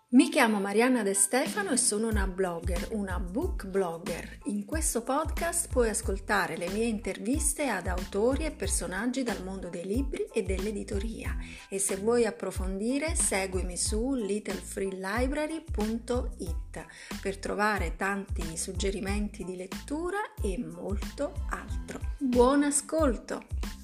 Mi chiamo Marianna De Stefano e sono una blogger, una book blogger. In questo podcast puoi ascoltare le mie interviste ad autori e personaggi dal mondo dei libri e dell'editoria. E se vuoi approfondire, seguimi su littlefreelibrary.it per trovare tanti suggerimenti di lettura e molto altro. Buon ascolto!